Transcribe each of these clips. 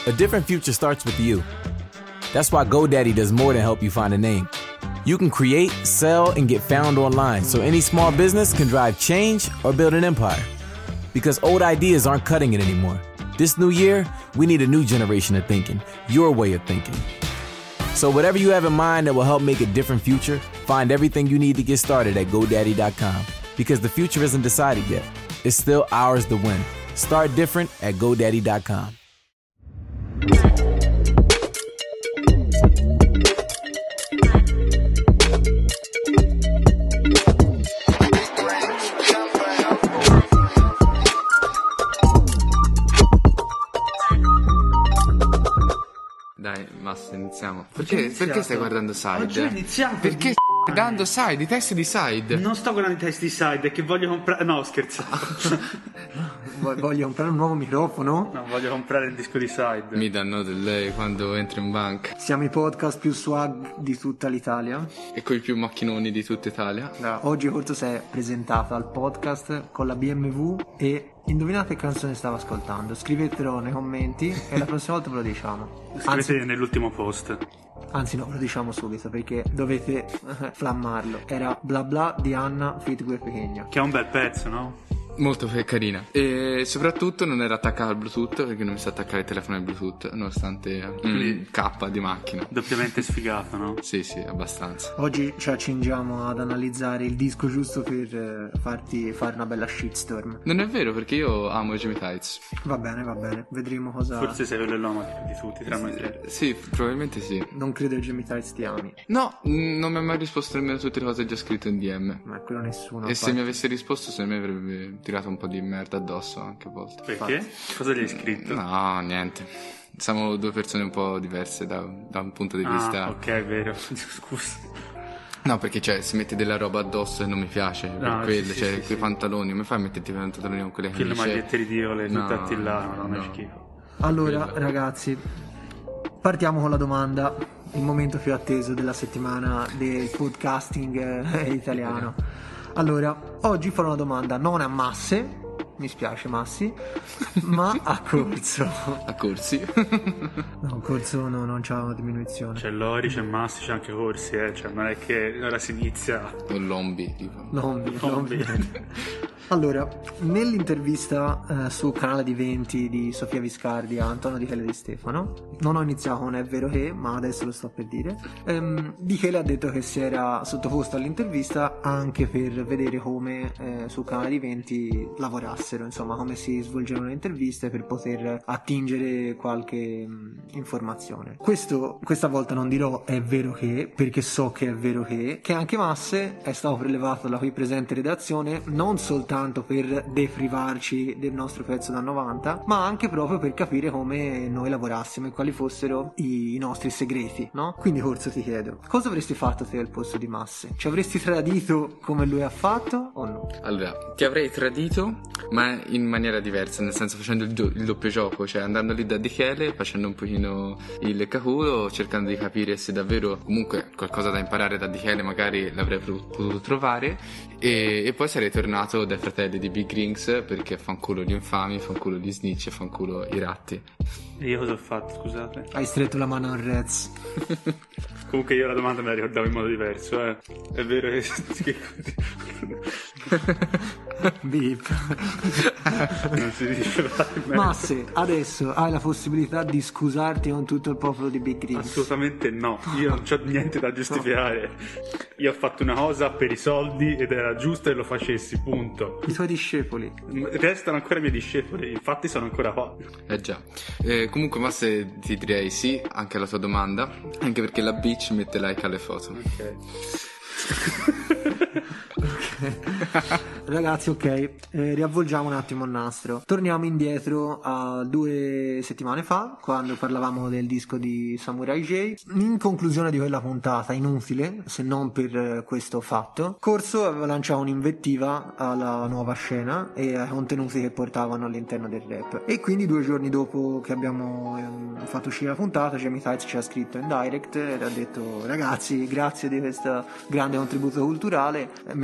A different future starts with you. That's why GoDaddy does more than help you find a name. You can create, sell, and get found online so any small business can drive change or build an empire. Because old ideas aren't cutting it anymore. This new year, we need a new generation of thinking, your way of thinking. So whatever you have in mind that will help make a different future, find everything you need to get started at GoDaddy.com. Because the future isn't decided yet. It's still ours to win. Start different at GoDaddy.com. Dai, Massa, iniziamo. Perché stai guardando Side? Oggi iniziamo. Perché stai guardando Side, i testi di Side? Non sto guardando i testi di Side, è che voglio comprare... No, scherzavo. Voglio comprare un nuovo microfono? No, voglio comprare il disco di Side. Mi danno del lei quando entro in banca. Siamo i podcast più swag di tutta l'Italia. E coi più macchinoni di tutta Italia. Oggi Corto si è presentata al podcast con la BMW e... Indovinate che canzone stavo ascoltando? Scrivetelo nei commenti e la prossima volta ve lo diciamo. Scrivete nell'ultimo post. Anzi no, ve lo diciamo subito perché dovete flammarlo. Era Bla Bla di Anna feat. Gue Pequeno. Che è un bel pezzo, no? Molto carina. E soprattutto non era attaccata al Bluetooth, perché non mi sa attaccare il telefono al Bluetooth, nonostante K di macchina. Doppiamente sfigato, no? Sì, abbastanza. Oggi ci accingiamo ad analizzare il disco giusto per farti fare una bella shitstorm. Non è vero, perché io amo Jamie Tights. Va bene, vedremo cosa... Forse sei quello l'uomo di tutti, tra noi tre. Sì, probabilmente sì. Non credo che Jamie Tights ti ami. No, non mi ha mai risposto nemmeno tutte le cose già scritte in DM. Ma quello nessuno. E se mi avesse risposto, se me avrebbe tirato un po' di merda addosso anche a volte. Perché? Cosa gli hai scritto? No, niente. Siamo due persone un po' diverse da un punto di vista. Ok, è vero. Scusa. No, perché si mette della roba addosso e non mi piace. Per quello, quei pantaloni. Come fai a metterti i pantaloni con quelle camicie? Che le magliette ridicole, tutte attillate, non è no. schifo. Allora, ragazzi, partiamo con la domanda. Il momento più atteso della settimana del podcasting italiano. Allora, oggi farò una domanda non a Masse, mi spiace Massi, ma a Corso. A Corsi? No, Corso no, non c'ha una diminuzione. C'è Lori, c'è Massi, c'è anche Corsi, cioè non è che ora si inizia. O Lombi, tipo. Lombi. Allora, nell'intervista sul canale di 20 di Sofia Viscardi a Antonio Di Chele Di Stefano, non ho iniziato con È vero che, ma adesso lo sto per dire, Di Chele ha detto che si era sottoposto all'intervista anche per vedere come sul canale di 20 lavorassero, insomma come si svolgevano le interviste per poter attingere qualche informazione. Questa volta non dirò È vero che, perché so che è vero che anche Masse è stato prelevato dalla qui presente redazione non soltanto per deprivarci del nostro pezzo da 90, ma anche proprio per capire come noi lavorassimo e quali fossero i nostri segreti, no? Quindi Corso ti chiedo, cosa avresti fatto te al posto di Masse? Ci avresti tradito come lui ha fatto o no? Allora, ti avrei tradito, ma in maniera diversa, nel senso facendo il doppio gioco, cioè andando lì da Di Chele, facendo un pochino il caculo, cercando di capire se davvero comunque qualcosa da imparare da Di Chele magari l'avrei potuto trovare, e poi sarei tornato dai fratelli di Big Rings, perché fanculo gli infami, fanculo gli snitch e fanculo i ratti. E io cosa ho fatto, scusate? Hai stretto la mano al Rez. Comunque io la domanda me la ricordavo in modo diverso, È vero che... Beep. Non si dice mai. Masse, adesso hai la possibilità di scusarti con tutto il popolo di Big Rings. Assolutamente no, io non c'ho niente da giustificare. Io ho fatto una cosa per i soldi ed era giusto che lo facessi, punto. I tuoi discepoli Restano ancora i miei discepoli, infatti sono ancora qua. Già. Comunque Masse, ti direi sì anche alla tua domanda, anche perché la bitch mette like alle foto. Ok. Ragazzi, ok, riavvolgiamo un attimo il nastro. Torniamo indietro a 2 settimane fa, quando parlavamo del disco di Samurai J. In conclusione di quella puntata inutile, se non per questo fatto, Corso aveva lanciato un'invettiva alla nuova scena e ai contenuti che portavano all'interno del rap. E quindi 2 giorni dopo che abbiamo fatto uscire la puntata, Jamie Tights ci ha scritto in direct e ha detto: ragazzi, grazie di questo grande contributo culturale, mi avete aperto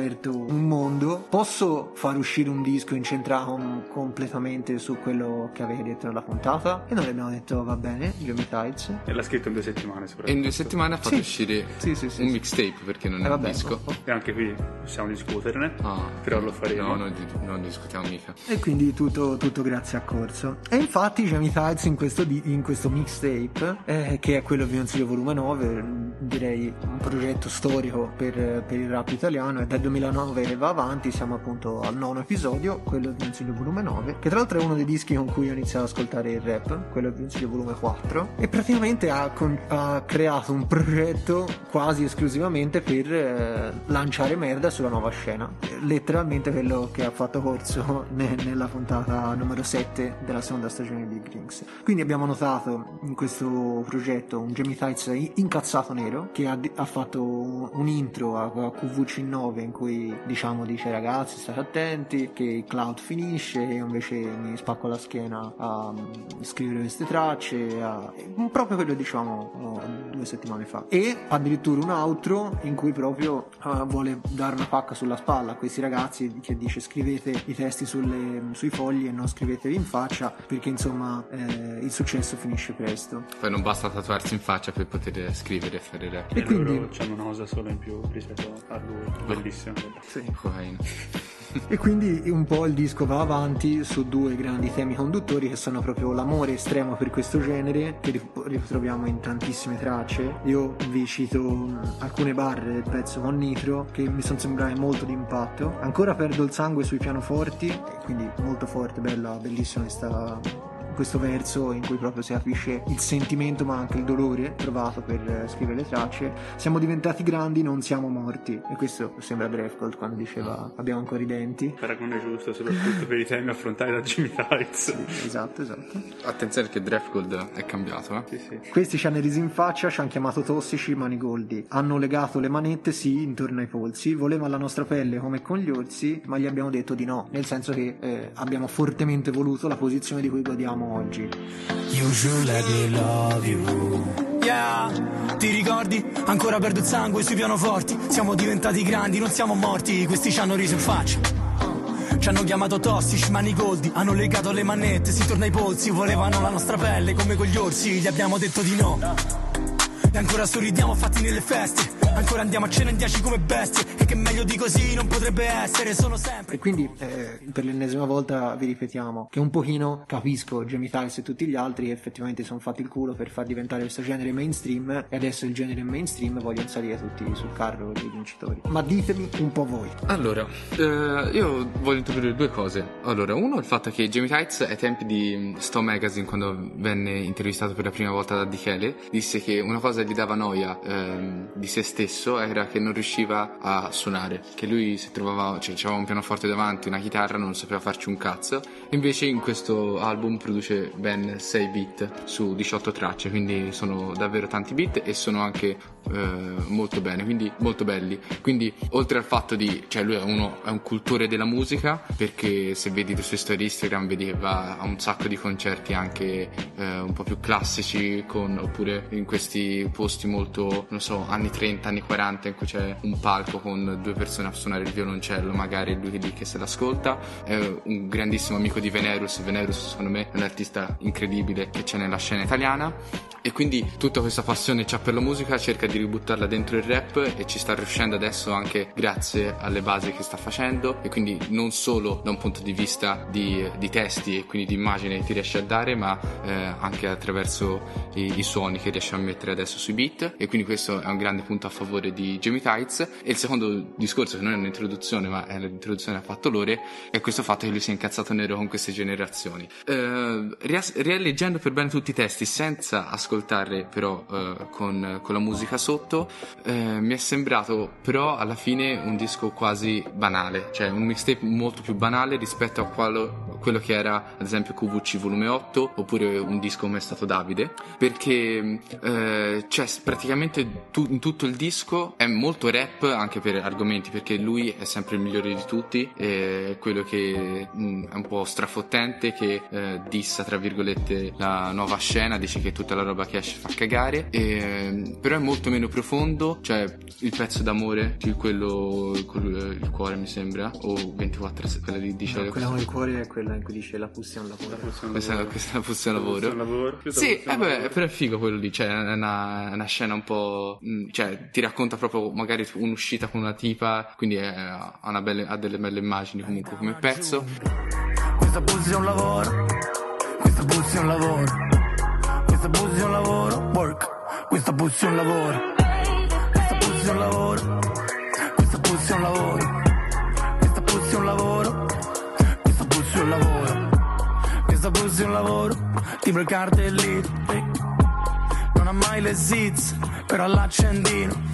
aperto un mondo, posso far uscire un disco incentrato completamente su quello che avevi detto nella puntata? E noi abbiamo detto va bene, Geomitides. E l'ha scritto in 2 settimane soprattutto. E in 2 settimane ha fatto uscire un mixtape, perché non è un disco. E anche qui possiamo discuterne, però lo faremo. No, non discutiamo mica. E quindi tutto grazie a Corso. E infatti Geomitides in questo mixtape, che è quello di Consiglio volume 9, direi un progetto storico per il rap italiano, e dal 2009 va avanti, siamo appunto al 9º episodio, quello di Consiglio volume 9, che tra l'altro è uno dei dischi con cui ho iniziato ad ascoltare il rap, quello di Consiglio volume 4, e praticamente ha creato un progetto quasi esclusivamente per lanciare merda sulla nuova scena, letteralmente quello che ha fatto Corso nella puntata numero 7 della seconda stagione di Big Rings. Quindi abbiamo notato in questo progetto un Geomitides incazzato nero, che ha fatto un intro a QVC9 in cui dice ragazzi state attenti che il cloud finisce, e invece mi spacco la schiena a scrivere queste tracce, proprio quello diciamo 2 settimane fa, e addirittura un outro in cui proprio vuole dare una pacca sulla spalla a questi ragazzi, che dice scrivete i testi sui fogli e non scrivetevi in faccia, perché insomma il successo finisce presto. Poi non basta tatuarsi in faccia per poter scrivere e fare rap. E quindi loro c'hanno una cosa solo in più rispetto a lui. Bellissimo. Sì. Cocaina. E quindi un po' il disco va avanti su 2 grandi temi conduttori, che sono proprio l'amore estremo per questo genere, che ritroviamo in tantissime tracce. Io vi cito alcune barre del pezzo con Nitro che mi sono sembrate molto d'impatto. Ancora perdo il sangue sui pianoforti, quindi molto forte, bellissima questo verso in cui proprio si capisce il sentimento ma anche il dolore provato per scrivere le tracce. Siamo diventati grandi, non siamo morti, e questo sembra Drefgold quando diceva abbiamo ancora i denti. Paragone giusto soprattutto per i temi affrontati da Geomitides. Sì, esatto. Attenzione che Drefgold è cambiato, Sì. Questi ci hanno risi in faccia, ci hanno chiamato tossici, manigoldi, hanno legato le manette intorno ai polsi, volevano la nostra pelle come con gli orsi, ma gli abbiamo detto di no, nel senso che abbiamo fortemente voluto la posizione di cui godiamo oggi. You should let me love you. Yeah, ti ricordi? Ancora perdo il sangue sui pianoforti. Siamo diventati grandi, non siamo morti. Questi ci hanno riso in faccia. Ci hanno chiamato tossici, manigoldi. Hanno legato le manette, si torna ai polsi. Volevano la nostra pelle come con gli orsi. Gli abbiamo detto di no. E ancora sorridiamo fatti nelle feste. Ancora andiamo a cena in 10 come bestie. E che meglio di così non potrebbe essere, sono sempre. E quindi per l'ennesima volta vi ripetiamo che un pochino capisco Geomitides e tutti gli altri effettivamente sono fatti il culo per far diventare questo genere mainstream, e adesso il genere mainstream vogliono salire tutti sul carro dei vincitori. Ma ditemi un po' voi. Allora, io voglio introdurre 2 cose. Allora, uno, il fatto che Geomitides ai tempi di Sto Magazine, quando venne intervistato per la prima volta da Dichele, disse che una cosa gli dava noia di se stesso era che non riusciva a suonare, che lui si trovava, c'aveva un pianoforte davanti, una chitarra, non sapeva farci un cazzo. Invece in questo album produce ben 6 beat su 18 tracce, quindi sono davvero tanti beat e sono anche molto bene, quindi molto belli. Quindi oltre al fatto lui è un cultore della musica, perché se vedi le sue storie Instagram vedi che va a un sacco di concerti anche un po' più classici, oppure in questi posti molto, non so, anni 30, anni 40, in cui c'è un palco con 2 persone a suonare il violoncello, magari lui lì che se l'ascolta. È un grandissimo amico di Venerus secondo me è un artista incredibile che c'è nella scena italiana, e quindi tutta questa passione c'ha per la musica, cerca di ributtarla dentro il rap, e ci sta riuscendo adesso anche grazie alle basi che sta facendo, e quindi non solo da un punto di vista di testi e quindi di immagine ti riesce a dare, ma anche attraverso i suoni che riesce a mettere adesso sui beat, e quindi questo è un grande punto a favore di Geomitides. E il secondo discorso, che non è un'introduzione ma è l'introduzione che ha fatto Lore, è questo fatto che lui si è incazzato nero con queste generazioni. Rileggendo per bene tutti i testi senza ascoltarli però con la musica sotto, mi è sembrato però alla fine un disco quasi banale, cioè un mixtape molto più banale rispetto a quello che era ad esempio QVC volume 8, oppure un disco come è stato Davide, perché c'è praticamente in tutto il disco disco è molto rap anche per argomenti, perché lui è sempre il migliore di tutti, è quello che è un po' strafottente, che dissa tra virgolette la nuova scena, dice che tutta la roba che esce fa cagare, però è molto meno profondo. Cioè il pezzo d'amore, quello con il cuore mi sembra, o 24, quella lì dice quella con il cuore è quella in cui dice la puzza è un lavoro. questa è la puzza è un lavoro. Sì, però è figo quello lì, cioè è una scena un po', cioè ti racconta proprio magari un'uscita con una tipa, quindi ha delle belle immagini comunque come pezzo. Questa puzza è un lavoro, questa puzza è un lavoro, questa puzza è un lavoro, work, questa puzza è un lavoro, questa puzza è un lavoro, questa puzza è un lavoro, questa puzza è un lavoro, questa puzza è un lavoro, questa puzza è un lavoro, tipo il cartellino, non ha mai le zizze, però l'accendino.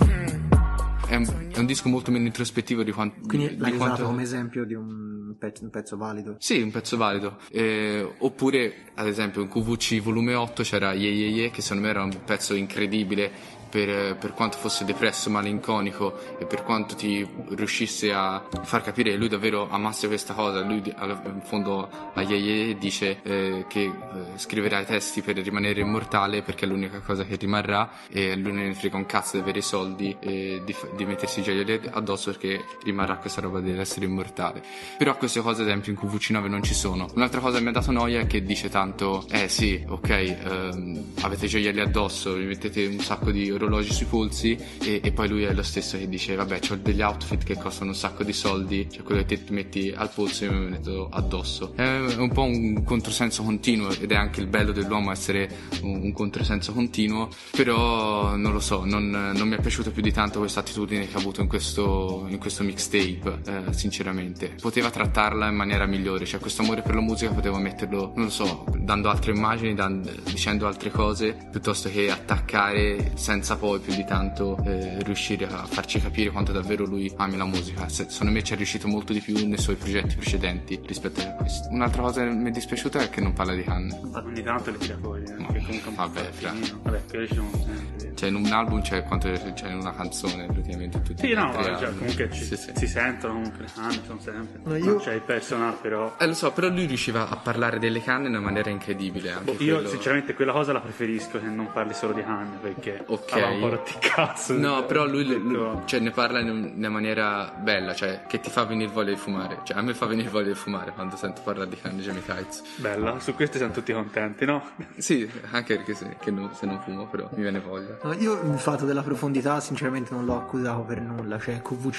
È un disco molto meno introspettivo di quanto. Quindi l'hai usato come esempio di un pezzo valido? Sì, un pezzo valido. Oppure, ad esempio, in QVC volume 8 c'era Yeah Yeah Yeah, che secondo me era un pezzo incredibile per quanto fosse depresso, malinconico, e per quanto ti riuscisse a far capire che lui davvero amasse questa cosa. Lui in fondo a Yeah Yeah Yeah dice che scriverà i testi per rimanere immortale, perché è l'unica cosa che rimarrà, e lui non ne frega un cazzo di avere i soldi e di mettersi gioielli addosso, perché rimarrà questa roba dell'essere immortale. Però queste cose ad esempio in QVC9 non ci sono. Un'altra cosa che mi ha dato noia è che dice tanto sì, ok, avete gioielli addosso, vi mettete un sacco di orologi sui polsi, e poi lui è lo stesso che dice vabbè, c'ho degli outfit che costano un sacco di soldi, cioè quello che ti metti al polso e io me lo metto addosso. È un po' un controsenso continuo, ed è anche il bello dell'uomo essere un controsenso continuo. Però non lo so, non mi è piaciuta più di tanto questa attitudine che ha avuto in questo mixtape, sinceramente. Poteva trattarla in maniera migliore, cioè questo amore per la musica poteva metterlo, non lo so, dando altre immagini, dicendo altre cose, piuttosto che attaccare senza poi più di tanto riuscire a farci capire quanto davvero lui ami la musica. Secondo me ci è riuscito molto di più nei suoi progetti precedenti rispetto a questo. Un'altra cosa che mi è dispiaciuta è che non parla di Cannes. Ogni tanto le tira fuori, che comunque vabbè, quelli ci sono sempre. Cioè in un album c'è quanto c'è in una canzone praticamente tutti. Sì, no, gli altri cioè, album. comunque Sì. si sentono comunque, cantano sempre. No, Non c'è il personale, però. Lo so, però lui riusciva a parlare delle canne in una maniera incredibile. Anche Io quello... sinceramente quella cosa la preferisco, che non parli solo di Cannes, perché Ok. aveva un po' rotti il cazzo. No, però lui cioè, ne parla in una maniera bella, cioè che ti fa venire voglia di fumare. Cioè a me fa venire voglia di fumare quando sento parlare di Cannes Jamie Kites. Bella, su queste siamo tutti contenti, no? Sì, anche perché se non fumo, però mi viene voglia. No, io il fatto della profondità sinceramente non l'ho accusato per nulla. Cioè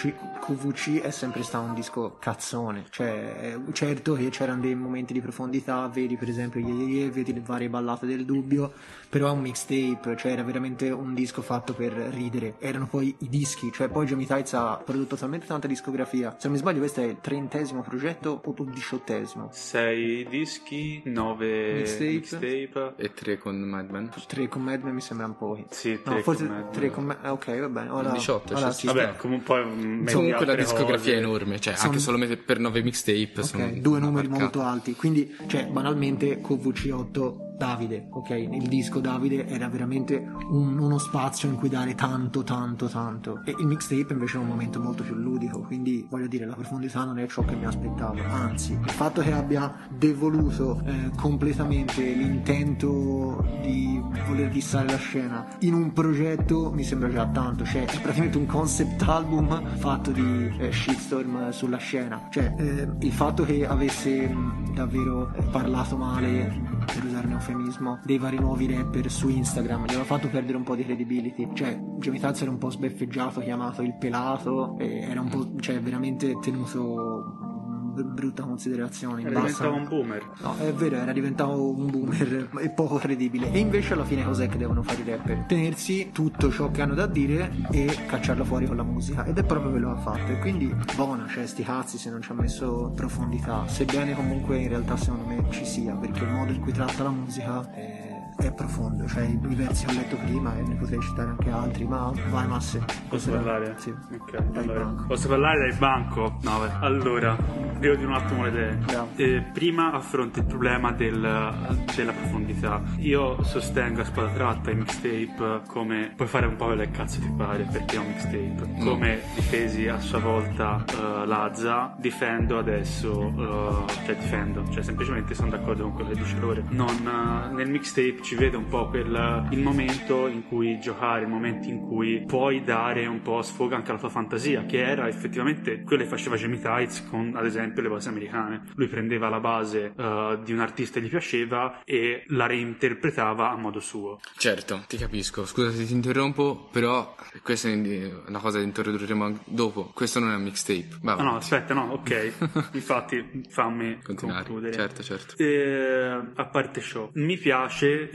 QVC è sempre stato un disco cazzone. Cioè certo che c'erano dei momenti di profondità, vedi per esempio Yeah Yeah Yeah, vedi le varie ballate del dubbio, però è un mixtape, cioè era veramente un disco fatto per ridere. Erano poi i dischi, cioè poi Jamie Tights ha prodotto talmente tanta discografia. Se non mi sbaglio questo è il 30° progetto o il 18°. 6 dischi, 9 mixtape. E 3 con Madman. 3 con Madman mi sembrano pochi. Sì, 3 No, forse con Madman. 3 con ok, va bene. Ora, 18, ora cioè, si Vabbè, sta. comunque Comunque la discografia è enorme, cioè anche solo per 9 mixtape sono 2 numeri marcati. molto alti, quindi cioè banalmente QVC8 Davide, ok, il disco Davide era veramente uno spazio in cui dare tanto e il mixtape invece è un momento molto più ludico, quindi voglio dire la profondità non è ciò che mi aspettavo, anzi il fatto che abbia devoluto completamente l'intento di voler dissare la scena in un progetto mi sembra già tanto, cioè è praticamente un concept album fatto di shitstorm sulla scena, cioè il fatto che avesse davvero parlato male, per usare un eufemismo, dei vari nuovi rapper su Instagram, gli aveva fatto perdere un po' di credibility, cioè Jamie Tights era un po' sbeffeggiato, chiamato il pelato, e era un po', cioè veramente tenuto brutta considerazione, in Era bassa. diventato un boomer. No, è vero, era diventato un boomer e poco credibile. E invece alla fine cos'è che devono fare i rapper? Tenersi tutto ciò che hanno da dire e cacciarlo fuori con la musica. Ed è proprio quello che ha fatto. E quindi buona, cioè sti cazzi se non ci ha messo profondità. Sebbene comunque in realtà secondo me ci sia, perché il modo in cui tratta la musica è è profondo, cioè i versi che ho letto prima e ne potrei citare anche altri, ma vai Masse. Posso parlare? Sì. Ok, Dai allora. banco. Posso parlare dal banco? No, beh. Allora, devo dire un attimo le idee. Prima affronti il problema della profondità. Io sostengo a spada tratta i mixtape come puoi fare un po' quello che cazzo ti pare, perché è un mixtape. Come difesi a sua volta Lazza, difendo adesso, cioè semplicemente sono d'accordo con quello che dice Lore. Nel mixtape ci vede un po' il momento in cui giocare, il momento in cui puoi dare un po' sfogo anche alla tua fantasia, che era effettivamente quello che faceva Jamie Tights con ad esempio le basi americane. Lui prendeva la base di un artista che gli piaceva e la reinterpretava a modo suo. Certo, ti capisco, scusa se ti interrompo, però questa è una cosa che introdurremo dopo. Questo non è un mixtape. No, aspetta, no, ok. Infatti fammi continuare. concludere. Certo. A parte ciò, mi piace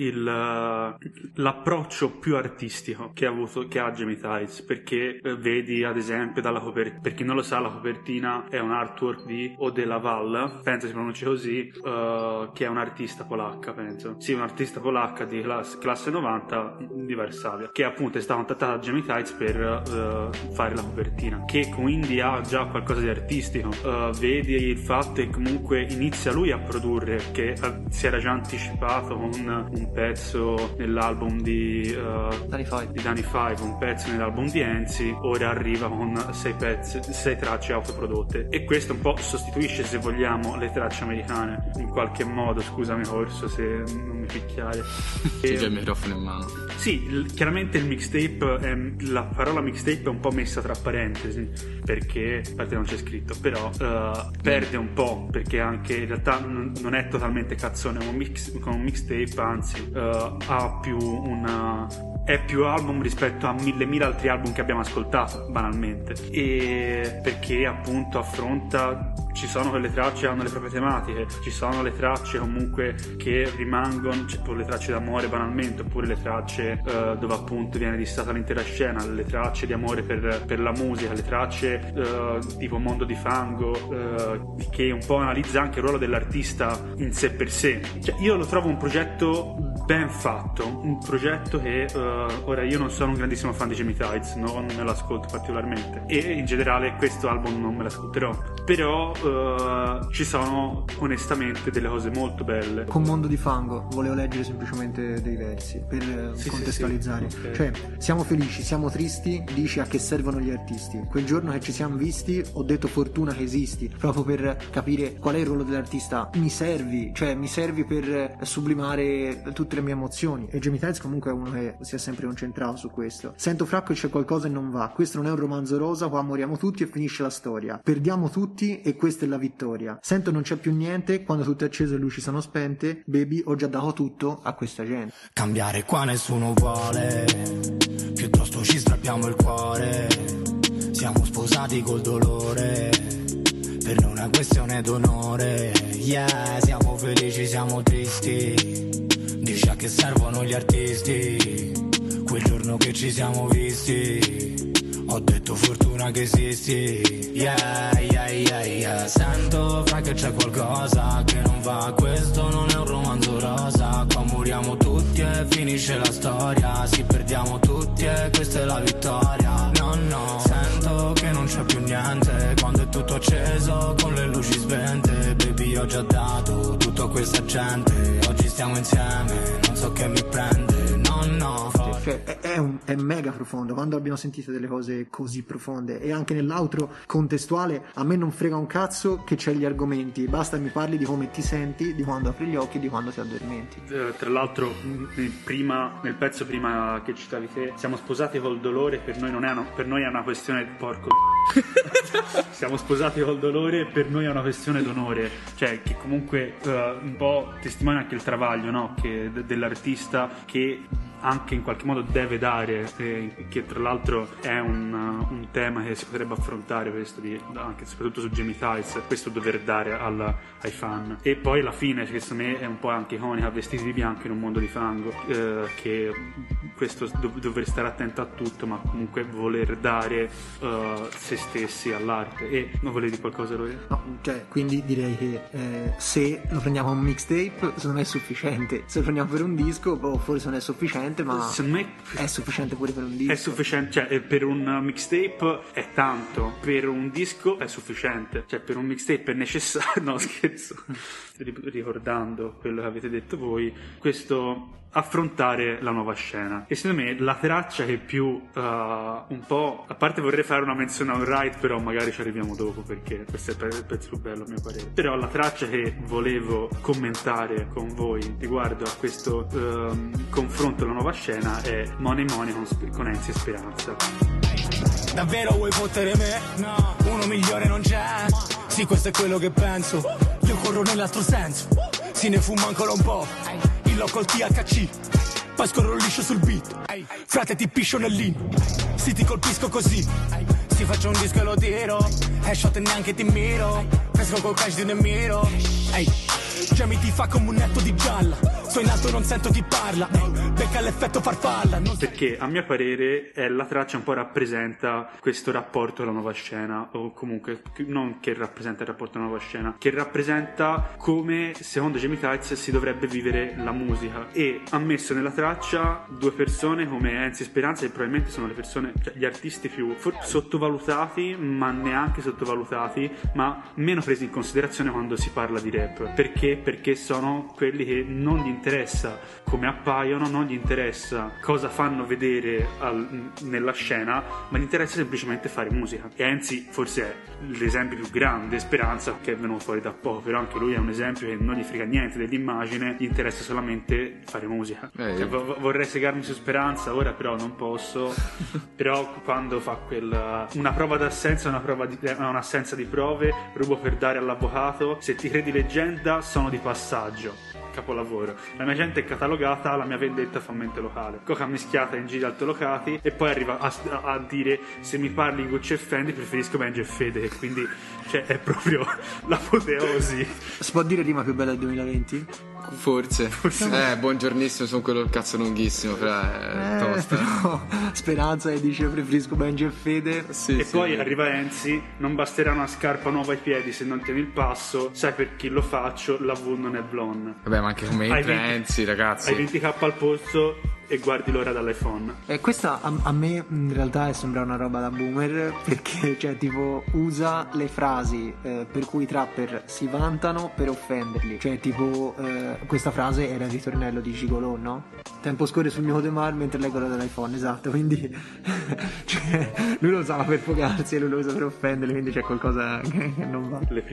l'approccio più artistico che ha Jamie Tights, perché vedi ad esempio dalla copertina, per chi non lo sa, la copertina è un artwork di Ode Laval, penso si pronunci così, che è un'artista polacca, penso. Sì, un'artista polacca di classe 90 di Varsavia, che appunto è stata contattata da Jamie Tights per fare la copertina, che quindi ha già qualcosa di artistico. Vedi il fatto che comunque inizia lui a produrre, che si era già anticipato con un pezzo nell'album di Danny Five, un pezzo nell'album di Enzi, ora arriva con 6 tracce autoprodotte, e questo un po' sostituisce, se vogliamo, le tracce americane in qualche modo. Scusami Corso se non mi picchiare. C'è già il microfono in mano. Sì, chiaramente il mixtape, la parola mixtape è un po' messa tra parentesi, perché a parte non c'è scritto, però perde un po', perché anche in realtà non è totalmente cazzone con un mixtape, anzi ha più è più album rispetto a mille altri album che abbiamo ascoltato banalmente, e perché appunto affronta, ci sono quelle tracce che hanno le proprie tematiche, ci sono le tracce comunque che rimangono, cioè le tracce d'amore banalmente, oppure le tracce dove appunto viene distata l'intera scena, le tracce di amore per la musica, le tracce tipo Mondo di Fango, che un po' analizza anche il ruolo dell'artista in sé per sé. Cioè, io lo trovo un progetto ben fatto, un progetto che ora io non sono un grandissimo fan di Jamie Tights, non me l'ascolto particolarmente, e in generale questo album non me l'ascolterò, però ci sono onestamente delle cose molto belle. Con Mondo di Fango volevo leggere semplicemente dei versi per contestualizzare. Sì. Okay. Cioè, siamo felici, siamo tristi, dici a che servono gli artisti. Quel giorno che ci siamo visti ho detto fortuna che esisti, proprio per capire qual è il ruolo dell'artista. Mi servi per sublimare tutte le mie emozioni, e Jamie Tights comunque è uno che si è sempre concentrato su questo. Sento Fracco e c'è qualcosa che non va, questo non è un romanzo rosa, qua moriamo tutti e finisce la storia, perdiamo tutti e questa è la vittoria. Sento non c'è più niente, quando tutto è acceso e le luci sono spente, baby ho già dato tutto a questa gente. Cambiare qua nessuno vuole, piuttosto ci strappiamo il cuore, siamo sposati col dolore, per noi è una questione d'onore, yeah, siamo felici, siamo tristi, dici a che servono gli artisti, quel giorno che ci siamo visti ho detto fortuna che esisti, yeah. Sento fra che c'è qualcosa che non va, questo non è un romanzo rosa, qua moriamo tutti e finisce la storia, si perdiamo tutti e questa è la vittoria, no, sento che non c'è più niente, quando è tutto acceso con le luci spente, baby ho già dato tutto a questa gente, oggi stiamo insieme, non so che mi prende, no. Cioè, è mega profondo. Quando abbiamo sentito delle cose così profonde, e anche nell'outro contestuale, a me non frega un cazzo che c'è gli argomenti, basta che mi parli di come ti senti, di quando apri gli occhi, di quando ti addormenti. Tra l'altro nel pezzo prima che citavi te, siamo sposati col dolore, per noi è una questione porco siamo sposati col dolore, per noi è una questione d'onore, cioè che comunque un po' testimonia anche il travaglio, no? Che dell'artista, che anche in qualche modo deve dare, che tra l'altro è un tema che si potrebbe affrontare, questo anche soprattutto su Jamie Tights, questo dover dare ai fan. E poi la fine, che secondo me è un po' anche iconica, vestiti di bianco in un mondo di fango, che questo dover stare attento a tutto, ma comunque voler dare se stessi all'arte. E non volevi dire qualcosa, Roy? No, cioè, quindi direi che se lo prendiamo a un mixtape secondo me è sufficiente, se lo prendiamo per un disco forse non è sufficiente, ma secondo me è sufficiente pure per un disco. È sufficiente, cioè per un mixtape è tanto, per un disco è sufficiente, cioè per un mixtape è necessario. No, scherzo. Ricordando quello che avete detto voi, questo affrontare la nuova scena. E secondo me la traccia che più un po', a parte vorrei fare una menzione a un Right, però magari ci arriviamo dopo, perché questo è il pezzo più bello a mio parere. Però la traccia che volevo commentare con voi riguardo a questo confronto alla nuova scena è Money Money con Enzi e Speranza. Davvero vuoi fottere me? No, uno migliore non c'è. Sì, questo è quello che penso. Io corro nell'altro senso. Si ne fuma ancora un po'. Il loco al THC. Poi scorro liscio sul beat. Frate ti piscio nell'in. Sì, ti colpisco così. Si faccio un disco e lo tiro. Headshot e neanche ti miro. Fresco col cash di un nemmiro. Già mi ti fa come un netto di gialla. Sto in alto, non sento chi parla. Becca l'effetto farfalla. Perché a mio parere la traccia un po' rappresenta questo rapporto alla nuova scena, o comunque non che rappresenta il rapporto alla nuova scena, che rappresenta come secondo Jamie Tights si dovrebbe vivere la musica. E ha messo nella traccia due persone come Enzi e Speranza, che probabilmente sono le persone, cioè gli artisti più sottovalutati, ma neanche sottovalutati, ma meno presi in considerazione quando si parla di rap. Perché sono quelli che non gli interessa come appaiono, non gli interessa cosa fanno vedere nella scena, ma gli interessa semplicemente fare musica. E Enzi forse è l'esempio più grande, Speranza che è venuto fuori da poco, però anche lui è un esempio che non gli frega niente dell'immagine, gli interessa solamente fare musica. Cioè, vorrei segarmi su Speranza ora, però non posso. Però quando fa una prova d'assenza, un'assenza di prove, rubo per dare all'avvocato, se ti credi leggenda sono di passaggio, capolavoro. La mia gente è catalogata, la mia vendetta fa mente locale. Coca mischiata in giri altolocati, e poi arriva a dire: se mi parli di Gucci e Fendi preferisco Benji e Fede. Quindi cioè è proprio l'apoteosi. Si può dire rima più bella del 2020? Forse. Buongiornissimo, sono quello il cazzo lunghissimo, però è tosta. Però Speranza e dice preferisco Benji e Fede. Sì, e poi arriva Enzi: non basterà una scarpa nuova ai piedi se non tieni il passo, sai per chi lo faccio, la V non è blonde. Vabbè, ma anche come Enzi, ragazzi. Hai 20k al polso e guardi l'ora dall'iPhone. Questa a me in realtà sembra una roba da boomer, perché cioè tipo usa le frasi per cui i trapper si vantano per offenderli. Cioè tipo questa frase era il ritornello di Gigolò, no? Tempo scorre sul mio Odemar mentre leggo l'ora dall'iPhone, esatto. Quindi cioè, lui lo usava per fogarsi e lui lo usa per offenderli, quindi c'è qualcosa che non va. I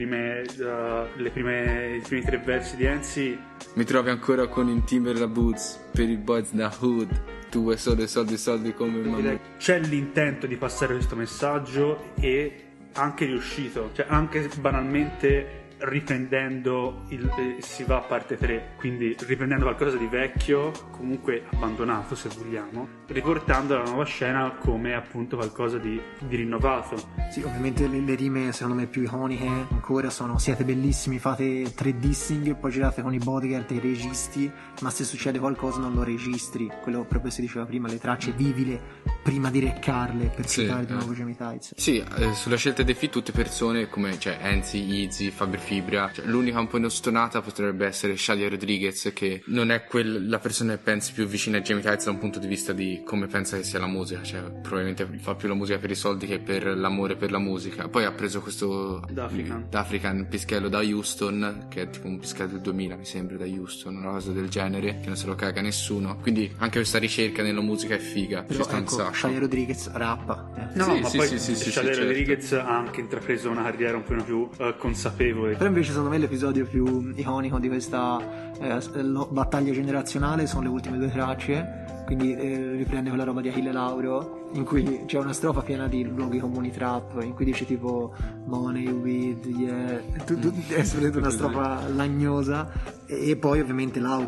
primi tre versi di Enzi: mi trovi ancora con il Timber e la Boots per i boys da hood, tu vuoi soldi come mamma. C'è l'intento di passare questo messaggio e anche riuscito, cioè anche banalmente riprendendo si va a parte 3, quindi riprendendo qualcosa di vecchio, comunque abbandonato se vogliamo, riportando la nuova scena come appunto qualcosa di rinnovato. Sì, ovviamente le rime secondo me più iconiche ancora sono: siete bellissimi, fate 3 dissing, poi girate con i bodyguard e i registi, ma se succede qualcosa non lo registri. Quello proprio si diceva prima, le tracce vivile prima di reccarle, per citare di nuovo Jamie Tights. Sì, sulla scelta dei feat tutte persone come Enzi, Easy, Fabri Fibra. L'unica un po' inostonata potrebbe essere Shadia Rodriguez, che non è la persona che pensi più vicina a Jamie Tights da un punto di vista di come pensa che sia la musica, cioè probabilmente fa più la musica per i soldi che per l'amore per la musica. Poi ha preso questo d'African pischello da Houston, che è tipo un pischello del 2000 mi sembra, da Houston, una cosa del genere, che non se lo caga nessuno. Quindi anche questa ricerca nella musica è figa. Però ci sta un sacco. Shadia Rodriguez rappa. Shadia Rodriguez ha anche intrapreso una carriera un po' più consapevole. Però invece secondo me l'episodio più iconico di questa battaglia generazionale sono le ultime 2 tracce. Quindi riprende quella roba di Achille Lauro, in cui c'è una strofa piena di luoghi comuni trap, in cui dice tipo money, weed, yeah, è una strofa lagnosa. E poi ovviamente l'outro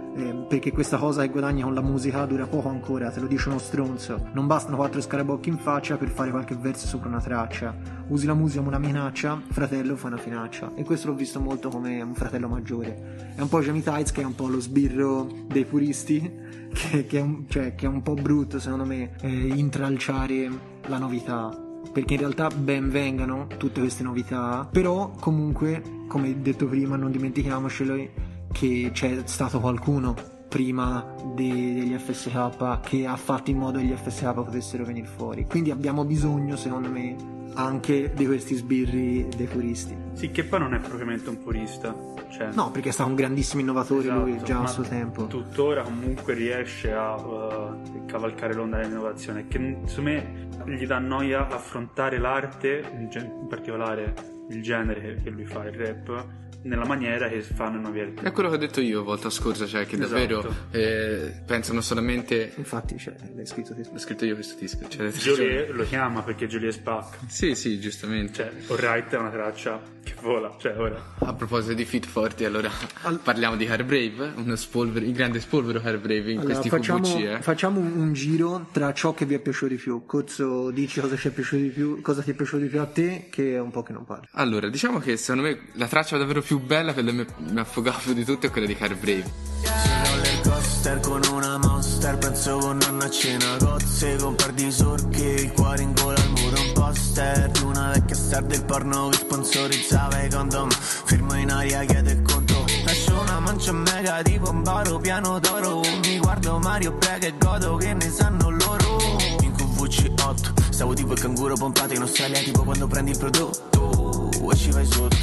perché questa cosa che guadagni con la musica dura poco ancora, te lo dice uno stronzo, non bastano 4 scarabocchi in faccia per fare qualche verso sopra una traccia, usi la musica come una minaccia, fratello fai una finaccia. E questo l'ho visto molto come un fratello maggiore. È un po' Jamie Tights, che è un po' lo sbirro dei puristi, che è un po' brutto secondo me, intralciare la novità, perché in realtà ben vengano tutte queste novità, però comunque, come detto prima, non dimentichiamocelo che c'è stato qualcuno prima degli FSK che ha fatto in modo che gli FSK potessero venire fuori, quindi abbiamo bisogno secondo me anche di questi sbirri dei puristi. Sì, che poi non è propriamente un purista, cioè, no, perché è stato un grandissimo innovatore, esatto, lui già ma a suo tempo tuttora comunque riesce a cavalcare l'onda dell'innovazione, che secondo me gli dà noia affrontare l'arte, in particolare il genere che lui fa, il rap, nella maniera che fanno i nuovi artisti. È quello che ho detto io volta scorsa, cioè che davvero pensano solamente. Infatti l'hai scritto te. L'ho scritto io questo disco, cioè, Jolie lo chiama perché Jolie spacca. Sì, giustamente. Cioè, Alright è una traccia che vola, cioè ora. A proposito di Fit Forti, allora parliamo di Hairbrave, il grande spolvero Hairbrave in questi QVC. Facciamo un giro tra ciò che vi è piaciuto di più. Cozzo, dici cosa ci è piaciuto di più, cosa ti è piaciuto di più a te, che è un po' che non parli. Allora, diciamo che secondo me la traccia davvero più bella, che mi affogava più di tutto, è quella di Hairbrave. Roller coaster con una monster, penso con nonna a cena, cozze con par di sorche, il cuore in gola al muro, un poster di una vecchia star del porno che sponsorizzava i condom, firmo in aria, chiede il conto, lascio una mancia mega tipo un baro piano d'oro, mi guardo Mario Brega e godo che ne sanno loro, in QVC8, stavo tipo il canguro pompato in Australia, tipo quando prendi il prodotto e ci vai sotto,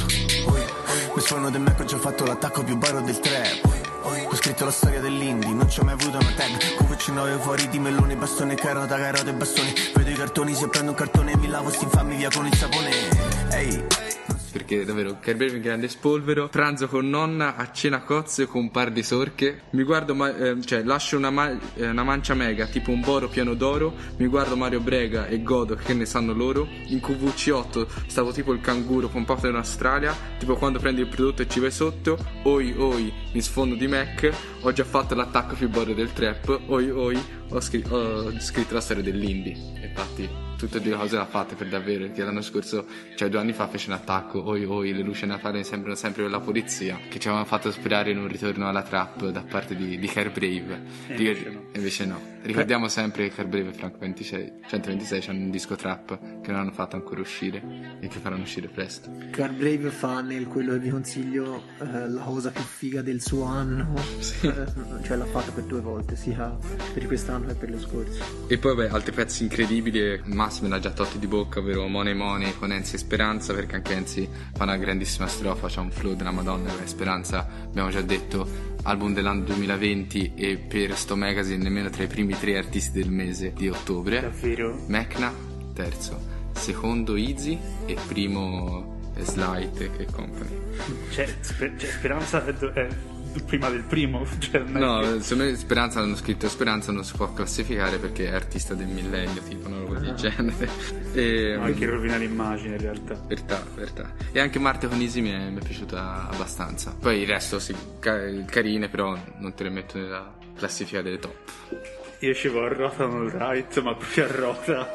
mi sfono del Mac, ho già fatto l'attacco più baro del trap. Ho scritto la storia dell'indie, non ci ho mai avuto una tag. QVC9 fuori di melone, bastone, carota, carote e bastoni. Vedo i cartoni, se prendo un cartone mi lavo sti infami via con il sapone. Ehi. Perché davvero Hairbrave in grande spolvero, pranzo con nonna, a cena cozze con un par di sorche, mi guardo lascio una mancia mega tipo un boro piano d'oro, mi guardo Mario Brega e godo che ne sanno loro, in QVC8 stavo tipo il canguro pompato in Australia, tipo quando prendi il prodotto e ci vai sotto, oi mi sfondo di Mac, ho già fatto l'attacco più boro del trap, oi ho scritto la storia dell'indie. Infatti tutte e due cose le ha fatte per davvero, perché l'anno scorso, cioè 2 anni fa, fece un attacco oi le luci a Natale sembrano sempre per la polizia, che ci avevano fatto sperare in un ritorno alla trap da parte di Hairbrave, invece no. Ricordiamo sempre che Hairbrave e Frank 126 hanno un disco trap che non hanno fatto ancora uscire e che faranno uscire presto. Hairbrave fa quello che vi consiglio, la cosa più figa del suo anno, sì. Cioè l'ha fatto per 2 volte, sia per quest'anno che per lo scorso. E poi altri pezzi incredibili, Massimo l'ha già tolti di bocca, ovvero Money con Enzi e Speranza, perché anche Enzi fa una grandissima strofa, c'ha un flow della Madonna, e Speranza abbiamo già detto album dell'anno 2020 e per sto magazine nemmeno tra i primi 3 artisti del mese di ottobre. Davvero? Mecna terzo, secondo Easy e primo Slight e Company. Cioè Speranza è prima del primo, cioè, no, secondo me Speranza, hanno scritto Speranza non si può classificare perché è artista del millennio, tipo una roba del genere, e anche rovina l'immagine in realtà. Verità. E anche Marte con Easy mi è piaciuta abbastanza, poi il resto sì, carine, però non te le metto nella classifica delle top. Io scevo a rota, non right, ma proprio a rota.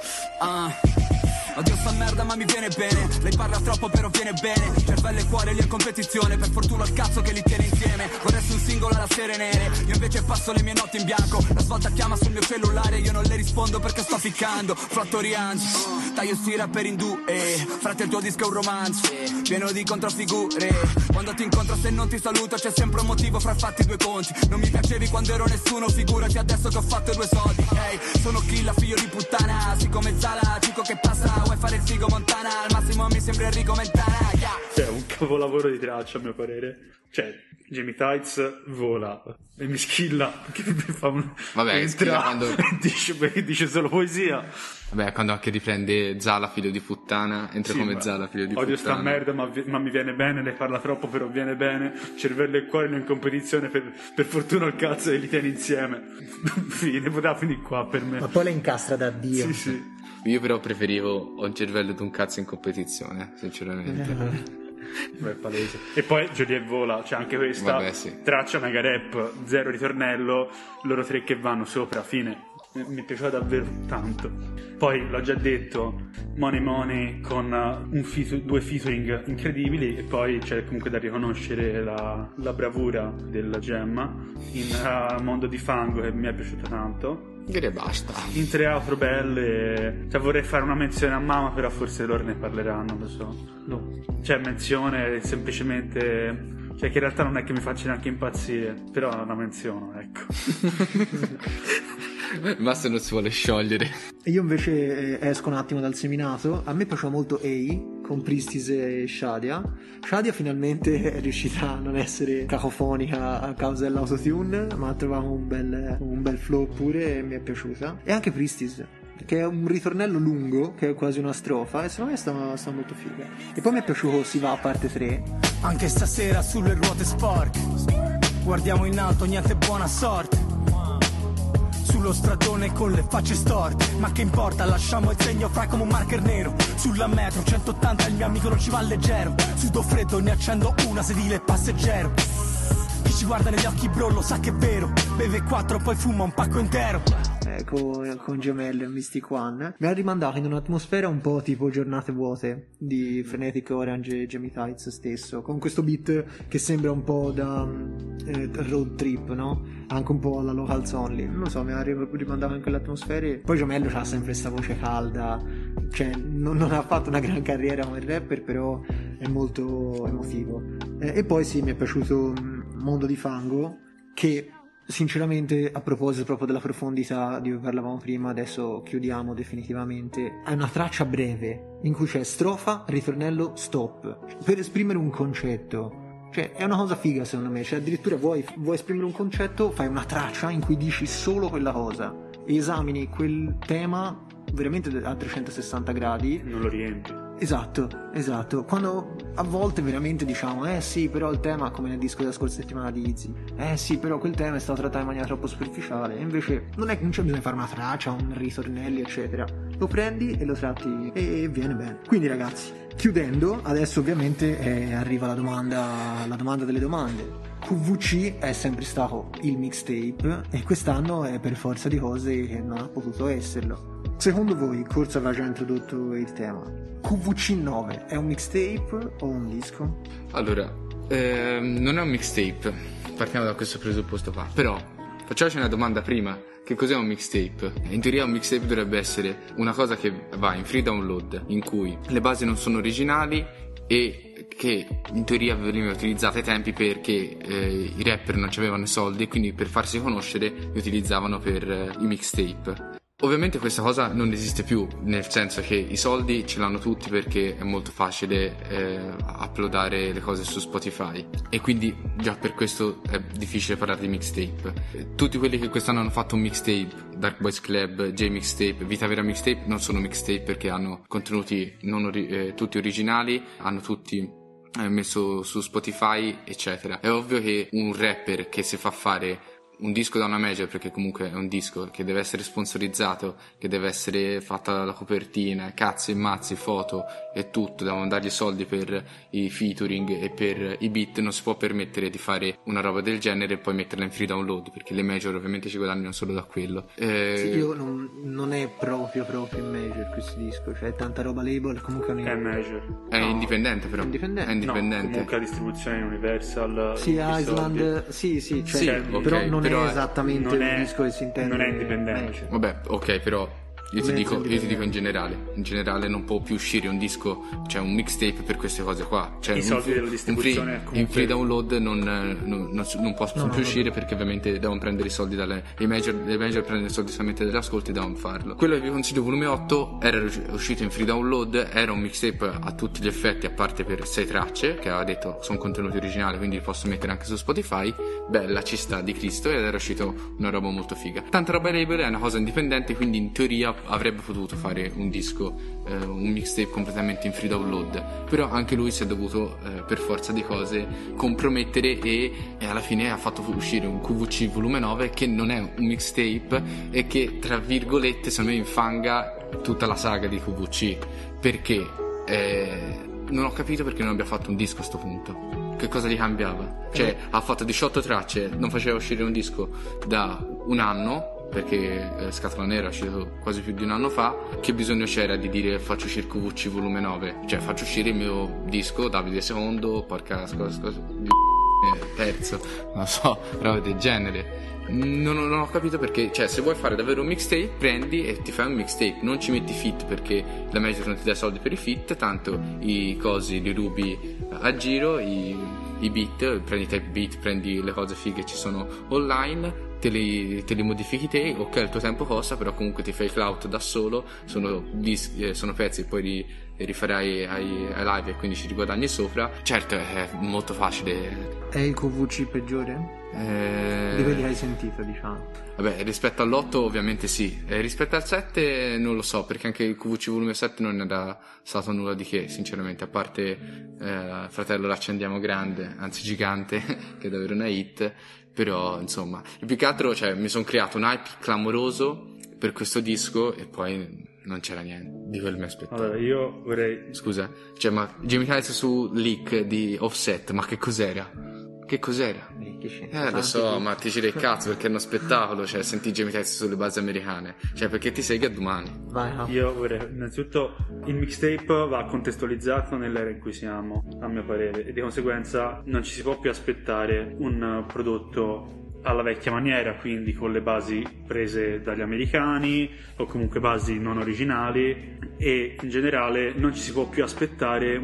Oddio sta merda ma mi viene bene, lei parla troppo però viene bene, cervello e cuore lì in competizione, per fortuna il cazzo che li tiene insieme, vorresti un singolo alla sere nere, io invece passo le mie notti in bianco, la svolta chiama sul mio cellulare, io non le rispondo perché sto ficcando, Flottorianzi, taglio sti rapper in due, frate il tuo disco è un romanzo, pieno di controfigure, quando ti incontro se non ti saluto c'è sempre un motivo fra fatti 2 conti, non mi piacevi quando ero nessuno, figurati adesso che ho fatto 2 soldi, sono Killa figlio di puttana, siccome Zala, Cico che passa, vuoi fare il figo Montana, al massimo mi sembra Enrico Mentana, Cioè un capolavoro di traccia a mio parere, cioè Jamie Tights vola e mi schilla perché fa quando dice solo poesia. Vabbè, quando anche riprende Zala figlio di puttana, entra come Zala figlio di odio puttana. Sta merda ma mi viene bene, lei parla troppo però viene bene, cervello e cuore in competizione, per fortuna il cazzo e li tiene insieme. Fine, poteva finire qua per me. Ma poi le incastra da Dio. Sì. Io però preferivo Ho un cervello d'un cazzo in competizione, sinceramente. Beh, palese. E poi Jodie e Vola, c'è anche questa. Vabbè, sì. Traccia mega rap, 0 ritornello, loro 3 che vanno sopra, fine. Mi è piaciuta davvero tanto. Poi l'ho già detto, Money Money con 2 featuring incredibili, e poi c'è comunque da riconoscere la bravura della Gemma in Mondo di Fango, che mi è piaciuta tanto. Direi basta. In 3 outro belle, cioè vorrei fare una menzione a Mama, però forse loro ne parleranno, lo so. No. Cioè menzione semplicemente, cioè che in realtà non è che mi faccia neanche impazzire, però la menziono, ecco. Basta, non si vuole sciogliere. Io invece esco un attimo dal seminato. A me piaceva molto A con Pristis e Shadia. Shadia finalmente è riuscita a non essere cacofonica a causa dell'autotune, ma trovavo un bel flow pure, e mi è piaciuta. E anche Pristis, che è un ritornello lungo, che è quasi una strofa, e secondo me sta molto figa. E poi mi è piaciuto Si va a parte 3. Anche stasera sulle ruote sporche guardiamo in alto, niente buona sorte. Sullo stradone con le facce storte, ma che importa, lasciamo il segno fra come un marker nero. Sulla metro 180 il mio amico non ci va leggero. Sudo freddo, ne accendo una, sedile passeggero. Chi ci guarda negli occhi bro lo sa che è vero. Beve 4 poi fuma un pacco intero. Con Gemelli e Mystic One mi ha rimandato in un'atmosfera un po' tipo Giornate vuote di Frenetic Orange e Jamie Tights stesso, con questo beat che sembra un po' da road trip, no? Anche un po' alla Locals Only, non lo so, mi ha rimandato in quell'atmosfera. E poi Gemello ha sempre questa voce calda, cioè non ha fatto una gran carriera come rapper, però è molto emotivo. E poi sì, mi è piaciuto Mondo di Fango, che sinceramente, a proposito proprio della profondità di cui parlavamo prima, adesso chiudiamo definitivamente, è una traccia breve in cui c'è strofa, ritornello, stop, per esprimere un concetto. Cioè è una cosa figa secondo me, cioè addirittura vuoi esprimere un concetto, fai una traccia in cui dici solo quella cosa e esamini quel tema veramente a 360 gradi. Non lo riempi. Esatto. Quando a volte veramente diciamo sì, però il tema, come nel disco della scorsa settimana di Izzy, sì, però quel tema è stato trattato in maniera troppo superficiale. E invece non c'è bisogno di fare una traccia, un ritornelli eccetera, lo prendi e lo tratti e viene bene. Quindi ragazzi, chiudendo, adesso ovviamente arriva la domanda delle domande. QVC è sempre stato il mixtape e quest'anno è per forza di cose che non ha potuto esserlo. Secondo voi, Corso aveva già introdotto il tema, QVC 9 è un mixtape o un disco? Allora, non è un mixtape, partiamo da questo presupposto qua. Però facciamoci una domanda prima: che cos'è un mixtape? In teoria un mixtape dovrebbe essere una cosa che va in free download, in cui le basi non sono originali e che in teoria venivano utilizzate ai tempi perché i rapper non avevano i soldi e quindi per farsi conoscere li utilizzavano per i mixtape. Ovviamente questa cosa non esiste più, nel senso che i soldi ce l'hanno tutti perché è molto facile uploadare le cose su Spotify e quindi già per questo è difficile parlare di mixtape. Tutti quelli che quest'anno hanno fatto un mixtape, Dark Boys Club, J-Mixtape, Vita Vera Mixtape, non sono mixtape perché hanno contenuti tutti originali, hanno tutti messo su Spotify eccetera. È ovvio che un rapper che si fa fare un disco da una major, perché comunque è un disco che deve essere sponsorizzato, che deve essere fatta la copertina, cazzi e mazzi, foto e tutto, devono dargli soldi per i featuring e per i beat, non si può permettere di fare una roba del genere e poi metterla in free download, perché le major ovviamente ci guadagnano solo da quello. Sì, io non è proprio in major questo disco, cioè tanta roba label, comunque è major. È indipendente però. È indipendente. No, comunque la distribuzione in Universal. Sì, Island, sì, cioè, sì, okay, però non però è esattamente un disco che si intende. Non è indipendente. Vabbè, ok, però io ti dico in generale non può più uscire un disco, cioè un mixtape per queste cose qua, cioè i soldi della distribuzione in free download non possono più uscire perché ovviamente devono prendere i soldi le major prendono i soldi solamente dagli ascolti e devono farlo. Quello che vi consiglio, volume 8, era uscito in free download, era un mixtape a tutti gli effetti a parte per 6 tracce che aveva detto sono contenuti originali quindi li posso mettere anche su Spotify, bella, ci sta di Cristo, ed era uscito una roba molto figa. Tanta roba label, è una cosa indipendente, quindi in teoria avrebbe potuto fare un disco, un mixtape completamente in free download, però anche lui si è dovuto per forza di cose compromettere e alla fine ha fatto uscire un QVC volume 9 che non è un mixtape e che tra virgolette secondo me infanga tutta la saga di QVC, perché non ho capito perché non abbia fatto un disco a sto punto. Che cosa gli cambiava? Cioè, ha fatto 18 tracce, non faceva uscire un disco da un anno, perché Scatola Nera è uscito quasi più di un anno fa. Che bisogno c'era di dire faccio uscire QVC volume 9? Cioè, faccio uscire il mio disco, Davide II, porca terzo, non so, roba del genere. Non ho capito perché, cioè, se vuoi fare davvero un mixtape, prendi e ti fai un mixtape, non ci metti feat perché la major non ti dà soldi per i feat, tanto i cosi li rubi a giro, i beat, prendi type beat, prendi le cose fighe che ci sono online, te li modifichi te, ok, il tuo tempo costa, però comunque ti fai clout da solo, sono pezzi e poi li rifarai ai live e quindi ci riguadagni sopra. Certo, è molto facile. È il QVC peggiore? Di quelli che hai sentito, diciamo. Vabbè, rispetto all'8 ovviamente sì, rispetto al 7 non lo so, perché anche il QVC volume 7 non era stato nulla di che, sinceramente, a parte Fratello l'accendiamo grande, anzi gigante, che è davvero una hit. Però insomma, più che altro, cioè, mi sono creato un hype clamoroso per questo disco e poi non c'era niente di quello che mi aspettavo. Allora, io vorrei... Scusa, cioè, ma Jamie Tights su Leak di Offset, ma che cos'era? Che cos'era? Lo so, ma ti giri il cazzo perché è uno spettacolo, cioè, senti Jamie Tights sulle basi americane, cioè, perché ti segui a domani. Vai, no. Io vorrei, innanzitutto, il mixtape va contestualizzato nell'era in cui siamo, a mio parere, e di conseguenza non ci si può più aspettare un prodotto alla vecchia maniera, quindi con le basi prese dagli americani o comunque basi non originali, e in generale non ci si può più aspettare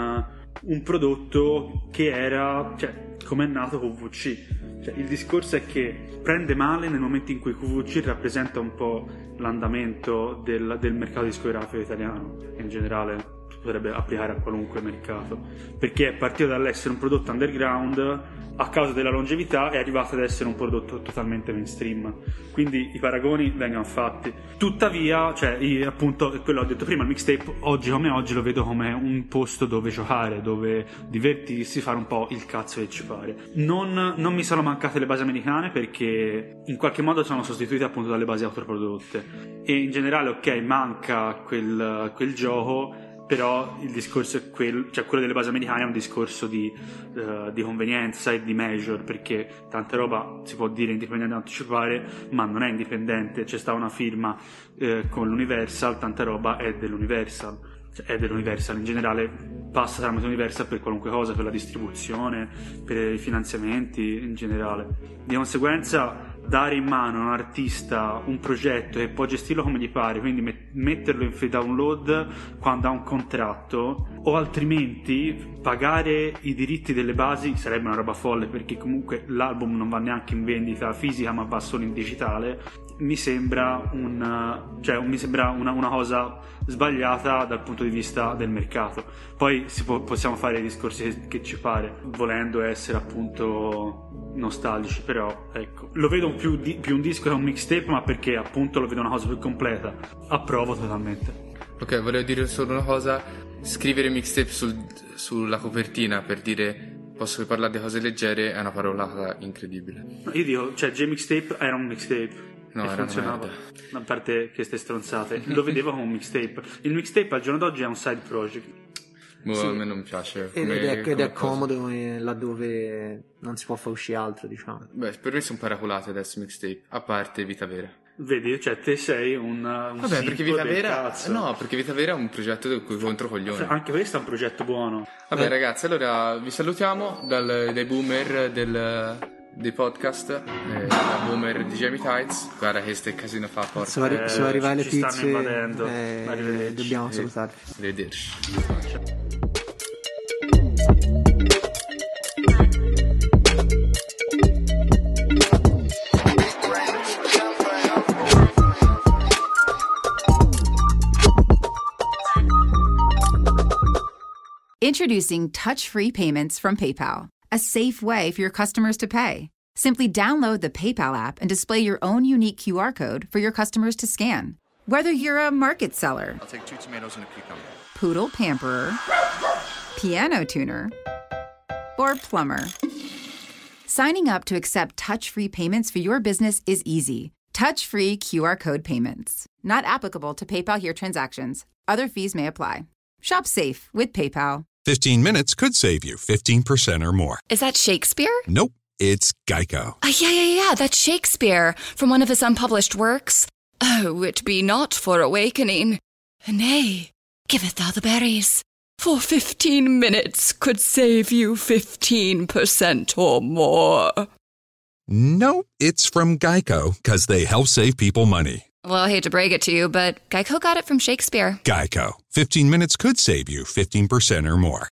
un prodotto che era, cioè, come è nato QVC. Cioè, il discorso è che prende male nel momento in cui QVC rappresenta un po' l'andamento del mercato discografico italiano, e in generale potrebbe applicare a qualunque mercato, perché è partito dall'essere un prodotto underground, a causa della longevità è arrivato ad essere un prodotto totalmente mainstream, quindi i paragoni vengono fatti. Tuttavia, cioè, appunto, quello ho detto prima, il mixtape oggi come oggi lo vedo come un posto dove giocare, dove divertirsi, fare un po' il cazzo che ci pare. Non mi sono mancate le basi americane, perché in qualche modo sono sostituite appunto dalle basi autoprodotte, e in generale, ok, manca quel gioco, però il discorso è quello delle basi americane è un discorso di convenienza e di major, perché tanta roba si può dire indipendente da anticipare, ma non è indipendente, c'è stata una firma con l'Universal, tanta roba è dell'Universal, cioè è dell'Universal, in generale passa tramite Universal per qualunque cosa, per la distribuzione, per i finanziamenti in generale. Di conseguenza dare in mano a un artista un progetto che può gestirlo come gli pare, quindi metterlo in free download quando ha un contratto, o altrimenti pagare i diritti delle basi, sarebbe una roba folle, perché comunque l'album non va neanche in vendita fisica ma va solo in digitale. Mi sembra una cosa sbagliata dal punto di vista del mercato. Poi possiamo fare i discorsi che ci pare, volendo essere appunto nostalgici, però ecco, lo vedo più un disco che un mixtape, ma perché appunto lo vedo una cosa più completa. Approvo totalmente. Ok, volevo dire solo una cosa: scrivere mixtape sulla copertina per dire posso parlare di cose leggere è una parolata incredibile. Io dico, cioè, J-Mixtape era un mixtape. No, e funzionava, a parte queste stronzate. Lo vedevo come un mixtape. Il mixtape al giorno d'oggi è un side project. Sì. A me non piace ed è comodo laddove non si può fare uscire altro, diciamo. Beh, per me sono paraculate adesso mixtape, a parte Vita Vera. Vedi, cioè te sei un vabbè, perché Vita Vera cazzo. No, perché Vita Vera è un progetto contro coglioni. Anche questo è un progetto buono. Vabbè, ragazzi, allora vi salutiamo dai boomer dei podcast, da boomer di Jamie Tights. Guarda che ste casino fa porta. Sono arrivate le ci stanno pizze, invadendo. dobbiamo salutarvi. Arrivederci. Introducing touch-free payments from PayPal, a safe way for your customers to pay. Simply download the PayPal app and display your own unique QR code for your customers to scan. Whether you're a market seller, I'll take 2 tomatoes and a cucumber, poodle pamperer, piano tuner, or plumber, signing up to accept touch-free payments for your business is easy. Touch-free QR code payments. Not applicable to PayPal Here transactions. Other fees may apply. Shop safe with PayPal. 15 minutes could save you 15% or more. Is that Shakespeare? Nope, it's Geico. Yeah, that's Shakespeare from one of his unpublished works. Oh, it be not for awakening. Nay, giveth thou the berries. For 15 minutes could save you 15% or more. Nope, it's from Geico, because they help save people money. Well, I hate to break it to you, but Geico got it from Shakespeare. Geico. 15 minutes could save you 15% or more.